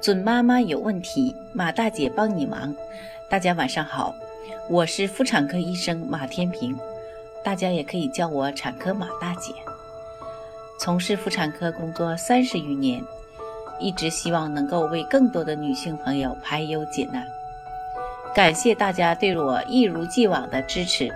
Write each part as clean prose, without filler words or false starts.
准妈妈有问题，马大姐帮你忙。大家晚上好，我是妇产科医生马天平，大家也可以叫我产科马大姐。从事妇产科工作30余年，一直希望能够为更多的女性朋友排忧解难。感谢大家对我一如既往的支持。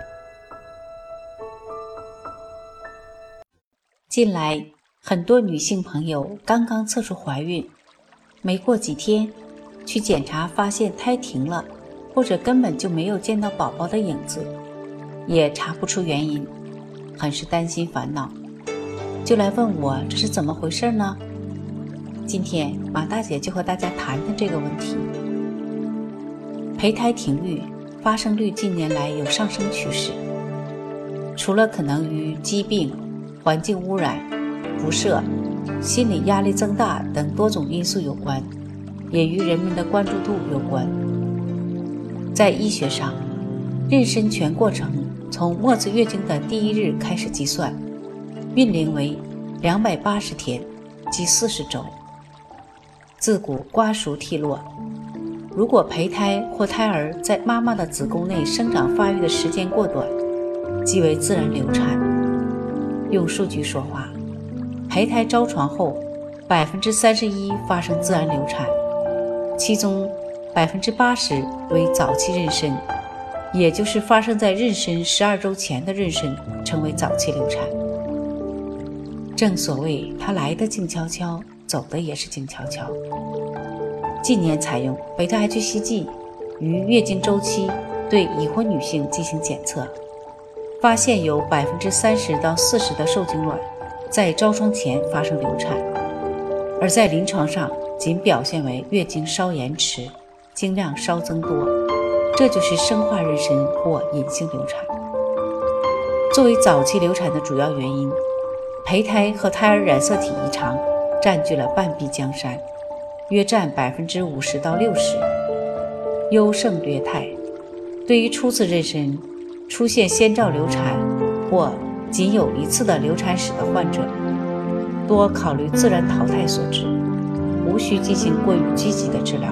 近来很多女性朋友刚刚测出怀孕，没过几天去检查发现胎停了，或者根本就没有见到宝宝的影子，也查不出原因，很是担心烦恼，就来问我这是怎么回事呢？今天马大姐就和大家谈谈这个问题。胚胎停育发生率近年来有上升趋势，除了可能与疾病、环境污染、辐射、心理压力增大等多种因素有关，也与人们的关注度有关。在医学上，妊娠全过程从末次月经的第1日开始计算，孕龄为280天，即40周。自古瓜熟蒂落，如果胚胎或胎儿在妈妈的子宫内生长发育的时间过短，即为自然流产。用数据说话，胚胎着床后31%发生自然流产，其中80%为早期妊娠，也就是发生在妊娠12周前的妊娠称为早期流产。正所谓它来得静悄悄，走的也是静悄悄。近年采用贝塔 HCG 于月经周期对已婚女性进行检测，发现有30%到40%的受精卵在着床前发生流产，而在临床上仅表现为月经稍延迟，经量稍增多，这就是生化妊娠或隐性流产。作为早期流产的主要原因，胚胎和胎儿染色体异常占据了半壁江山，约占50%到60%。优胜劣汰，对于初次妊娠出现先兆流产或仅有1次的流产史的患者，多考虑自然淘汰所致，无需进行过于积极的治疗。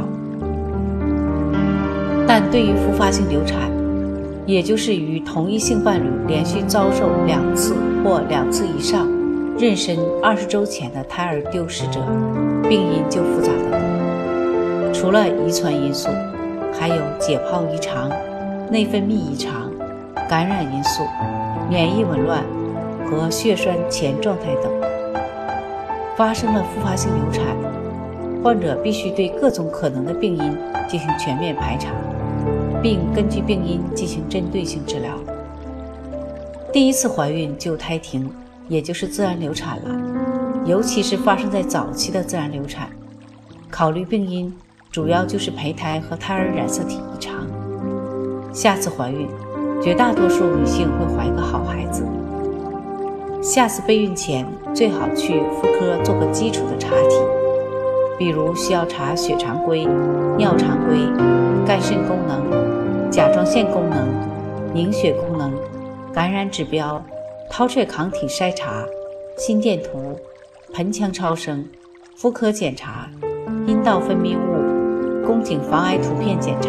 但对于复发性流产，也就是与同一性伴侣连续遭受2次或2次以上妊娠20周前的胎儿丢失者，病因就复杂得多。除了遗传因素，还有解剖异常、内分泌异常、感染因素、免疫紊乱和血栓前状态等。发生了复发性流产，患者必须对各种可能的病因进行全面排查，并根据病因进行针对性治疗。第一次怀孕就胎停，也就是自然流产了，尤其是发生在早期的自然流产，考虑病因主要就是胚胎和胎儿染色体异常。下次怀孕，绝大多数女性会怀个好孩子。下次备孕前最好去妇科做个基础的查体，比如需要查血常规、尿常规、肝肾功能、甲状腺功能、凝血功能、感染指标、绦阙抗体筛查、心电图、盆腔超声、妇科检查、阴道分泌物、宫颈防癌图片检查。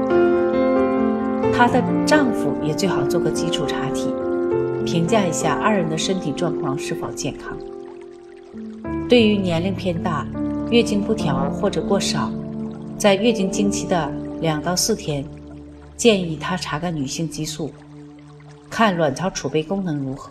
她的丈夫也最好做个基础查体，评价一下2人的身体状况是否健康。对于年龄偏大、月经不调或者过少，在月经经期的2到4天，建议她查个女性激素，看卵巢储备功能如何。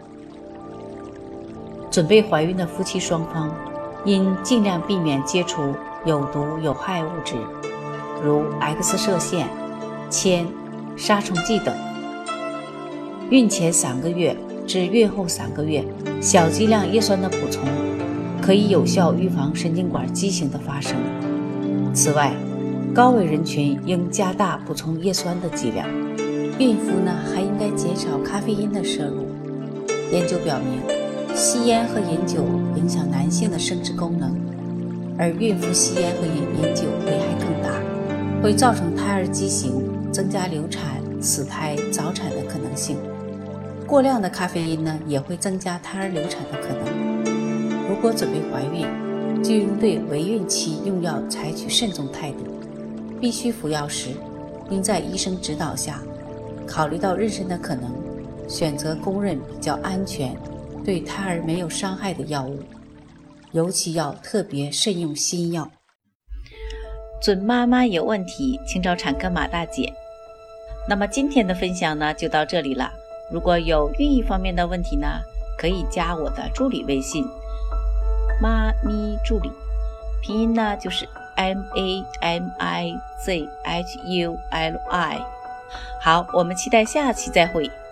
准备怀孕的夫妻双方应尽量避免接触有毒有害物质，如 X 射线、铅、杀虫剂等。孕前3个月至孕后3个月，小剂量叶酸的补充可以有效预防神经管畸形的发生。此外，高危人群应加大补充叶酸的剂量。孕妇呢，还应该减少咖啡因的摄入。研究表明，吸烟和饮酒影响男性的生殖功能，而孕妇吸烟和饮酒危害更大，会造成胎儿畸形，增加流产、死胎、早产的可能性。过量的咖啡因呢，也会增加胎儿流产的可能。如果准备怀孕， 就应对围孕期用药采取慎重态度，必须服药时应在医生指导下，考虑到妊娠的可能，选择公认比较安全、对胎儿没有伤害的药物，尤其要特别慎用新药。 准妈妈有问题，请找产科马大姐。那么今天的分享呢，就到这里了。如果有孕育方面的问题呢，可以加我的助理微信妈咪助理，拼音呢就是 MAMIZHULI。好，我们期待下期再会。